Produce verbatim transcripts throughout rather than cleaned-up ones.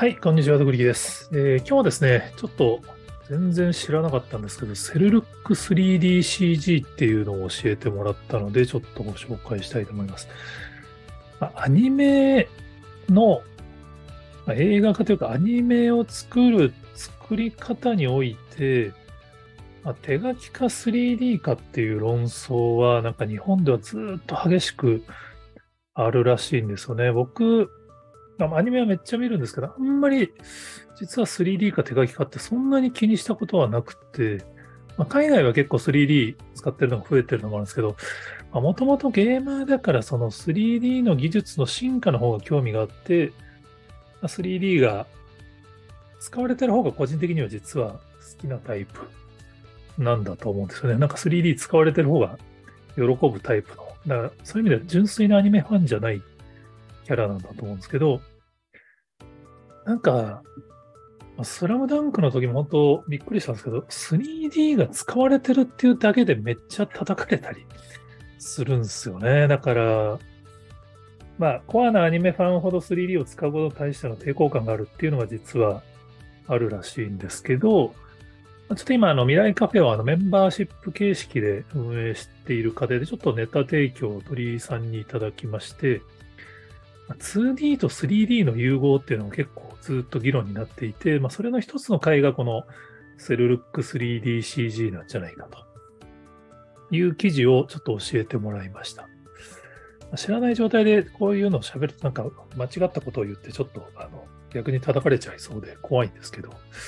はい、こんにちは、とぐりきです。えー今日はですね、ちょっと全然知らなかったんですけど、セルルック スリーディーシージー っていうのを教えてもらったので、ちょっとご紹介したいと思います。まあ、アニメの、まあ映画化というか、アニメを作る作り方において、まあ、手書きか スリーディー かっていう論争は、なんか日本ではずっと激しくあるらしいんですよね。僕、まあアニメはめっちゃ見るんですけど、あんまり実は スリーディー か手書きかってそんなに気にしたことはなくて、まあ、海外は結構 スリーディー 使ってるのが増えてるのもあるんですけど、もともとゲーマーだからその スリーディー の技術の進化の方が興味があって、まあ スリーディー が使われてる方が個人的には実は好きなタイプなんだと思うんですよね。なんか スリーディー 使われてる方が喜ぶタイプの。だからそういう意味では純粋なアニメファンじゃないキャラなんだと思うんですけど、なんか、スラムダンクの時も本当びっくりしたんですけど、スリーディー が使われてるっていうだけでめっちゃ叩かれたりするんですよね。だから、まあ、コアなアニメファンほど スリーディー を使うことに対しての抵抗感があるっていうのが実はあるらしいんですけど、ちょっと今、あの、未来カフェをあのメンバーシップ形式で運営している過程で、ちょっとネタ提供を鳥居さんにいただきまして、ツーディー と スリーディー の融合っていうのも結構ずっと議論になっていて、まあ、それの一つの回がこのセルルック スリーディーシージー なんじゃないかという記事をちょっと教えてもらいました。知らない状態でこういうのを喋るとなんか間違ったことを言ってちょっとあの逆に叩かれちゃいそうで怖いんですけど、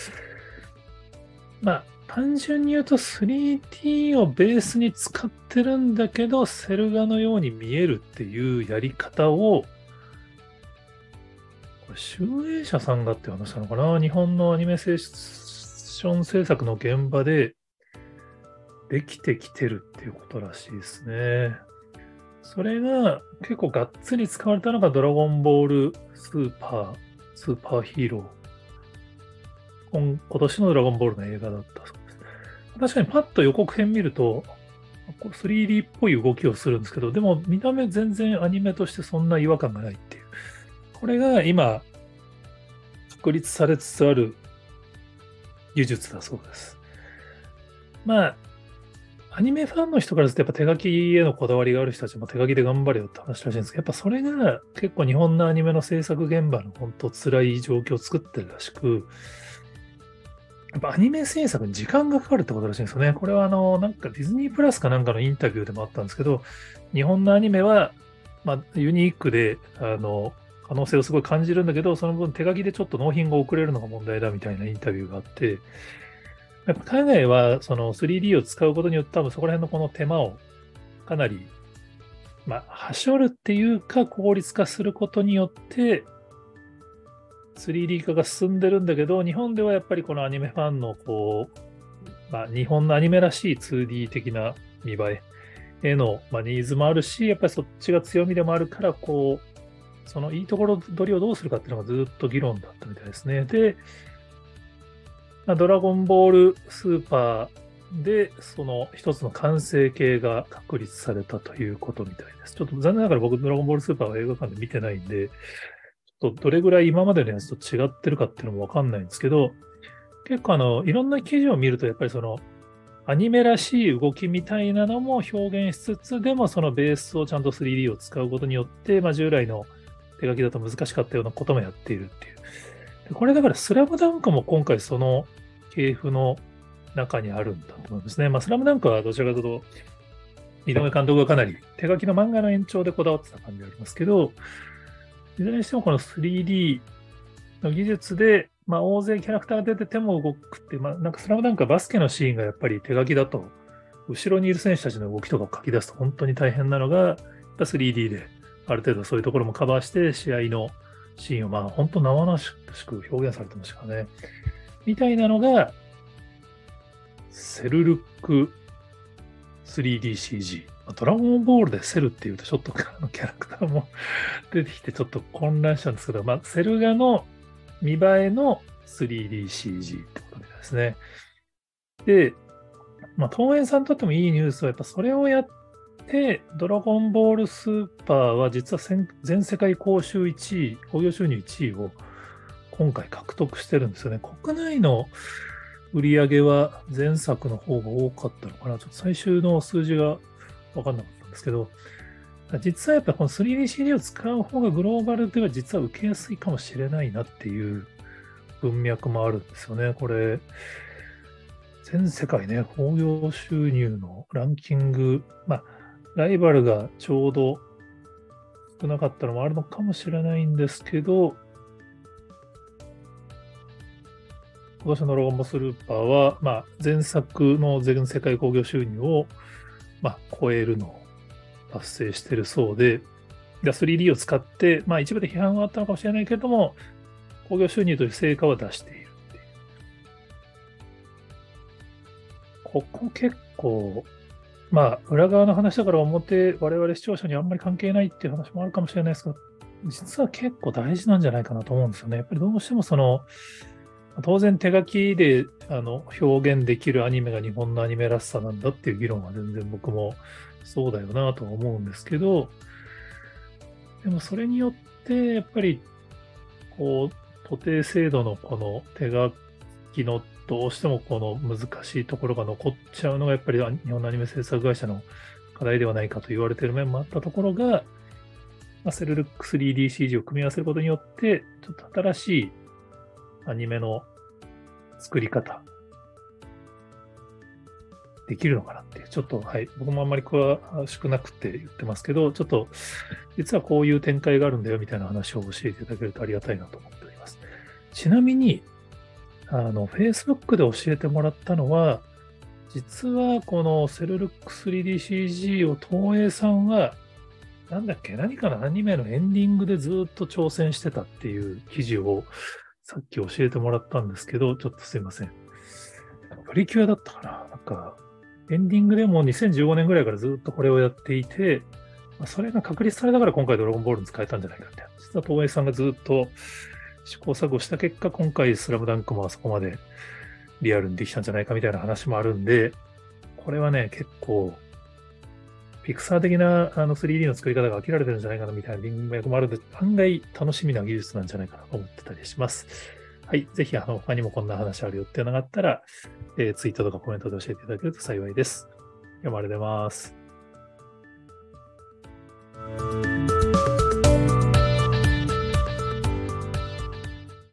まあ単純に言うと スリーディー をベースに使ってるんだけどセル画のように見えるっていうやり方をこれ、集英社さんがって話なのかな、日本のアニメセーション制作の現場でできてきてるっていうことらしいですね。それが結構がっつり使われたのがドラゴンボールスーパー、スーパーヒーロー。今今年のドラゴンボールの映画だったそうです。確かにパッと予告編見ると、スリーディー っぽい動きをするんですけど、でも見た目全然アニメとしてそんな違和感がないっていう。これが今、確立されつつある技術だそうです。まあ、アニメファンの人からするとやっぱ手書きへのこだわりがある人たちも手書きで頑張れよって話らしいんですけど、やっぱそれが結構日本のアニメの制作現場の本当辛い状況を作ってるらしく、やっぱアニメ制作に時間がかかるってことらしいんですよね。これはあの、なんかディズニープラスかなんかのインタビューでもあったんですけど、日本のアニメは、まあ、ユニークで、あの、可能性をすごい感じるんだけど、その分手書きでちょっと納品が遅れるのが問題だみたいなインタビューがあって、やっぱ海外はその スリーディー を使うことによって多分そこら辺のこの手間をかなり、まあ、はしょるっていうか効率化することによって、スリーディー 化が進んでるんだけど、日本ではやっぱりこのアニメファンのこう、まあ、日本のアニメらしい ツーディー 的な見栄えへの、まあ、ニーズもあるし、やっぱりそっちが強みでもあるから、こう、そのいいところ取りをどうするかっていうのがずっと議論だったみたいですね。で、まあドラゴンボールスーパーで、その一つの完成形が確立されたということみたいです。ちょっと残念ながら僕、ドラゴンボールスーパーは映画館で見てないんで、ちょっとどれぐらい今までのやつと違ってるかっていうのもわかんないんですけど、結構あの、いろんな記事を見ると、やっぱりその、アニメらしい動きみたいなのも表現しつつ、でもそのベースをちゃんと スリーディー を使うことによって、まあ、従来の手書きだと難しかったようなこともやっているっていう。でこれだから、スラムダンクも今回その系譜の中にあるんだと思いますね。まあ、スラムダンクはどちらかというと、井上監督がかなり手書きの漫画の延長でこだわってた感じがありますけど、いずれにしてもこの スリーディー の技術で、まあ、大勢キャラクターが出てても動くって、まあ、なんかスラムダンクはバスケのシーンがやっぱり手書きだと、後ろにいる選手たちの動きとかを書き出すと本当に大変なのが、やっぱ スリーディー である程度そういうところもカバーして、試合のシーンをまあ本当生々しく表現されてましたからね。みたいなのが、セルルック スリーディーシージー。ドラゴンボールでセルっていうとちょっとあのキャラクターも出てきてちょっと混乱したんですけど、まあ、セル画の見栄えの スリーディーシージー ってことみたいですね。で、まあ、東映さんにとってもいいニュースは、やっぱそれをやって、ドラゴンボールスーパーは実は全全世界興収いちい、興行収入いちいを今回獲得してるんですよね。国内の売り上げは前作の方が多かったのかな。ちょっと最終の数字が分かんなかったんですけど、実はやっぱりこの スリーディーシーディー を使う方がグローバルでは実は受けやすいかもしれないなっていう文脈もあるんですよね。これ、全世界ね、興行収入のランキング、まあ、ライバルがちょうど少なかったのもあるのかもしれないんですけど、今年のドラゴンボールスルーパーは、まあ、前作の全世界興行収入を、まあ、超えるのを達成しているそうで、スリーディー を使って、まあ、一部で批判はあったのかもしれないけれども、興行収入という成果は出しているっていう。ここ結構、まあ、裏側の話だから表、我々視聴者にあんまり関係ないっていう話もあるかもしれないですが、実は結構大事なんじゃないかなと思うんですよね。やっぱりどうしてもその、当然手書きであの表現できるアニメが日本のアニメらしさなんだっていう議論は全然僕もそうだよなとは思うんですけど、でもそれによってやっぱりこう、徒弟制度のこの手書きのどうしてもこの難しいところが残っちゃうのがやっぱり日本のアニメ制作会社の課題ではないかと言われている面もあったところが、まあ、セルルック スリーディーシージー を組み合わせることによって、ちょっと新しいアニメの作り方できるのかなっていう、ちょっと、はい、僕もあんまり詳しくなくて言ってますけど、ちょっと実はこういう展開があるんだよみたいな話を教えていただけるとありがたいなと思っております。ちなみに、あの、Facebook で教えてもらったのは、実はこのセルルック スリーディーシージー を東映さんは、なんだっけ、何かのアニメのエンディングでずっと挑戦してたっていう記事をさっき教えてもらったんですけど、ちょっとすいません。プリキュアだったかな、なんか、エンディングでもにせんじゅうごねんぐらいからずっとこれをやっていて、それが確立されたから今回ドラゴンボールに使えたんじゃないかみたいな。実は東映さんがずっと試行錯誤した結果、今回スラムダンクもあそこまでリアルにできたんじゃないかみたいな話もあるんで、これはね、結構、ピクサー的なあの スリーディー の作り方が飽きられてるんじゃないかなみたいな文脈もあるので、案外楽しみな技術なんじゃないかなと思ってたりします。はい。ぜひ、あの、他にもこんな話あるよっていうのがあったら、えー、ツイートとかコメントで教えていただけると幸いです。今日もありがとうございます。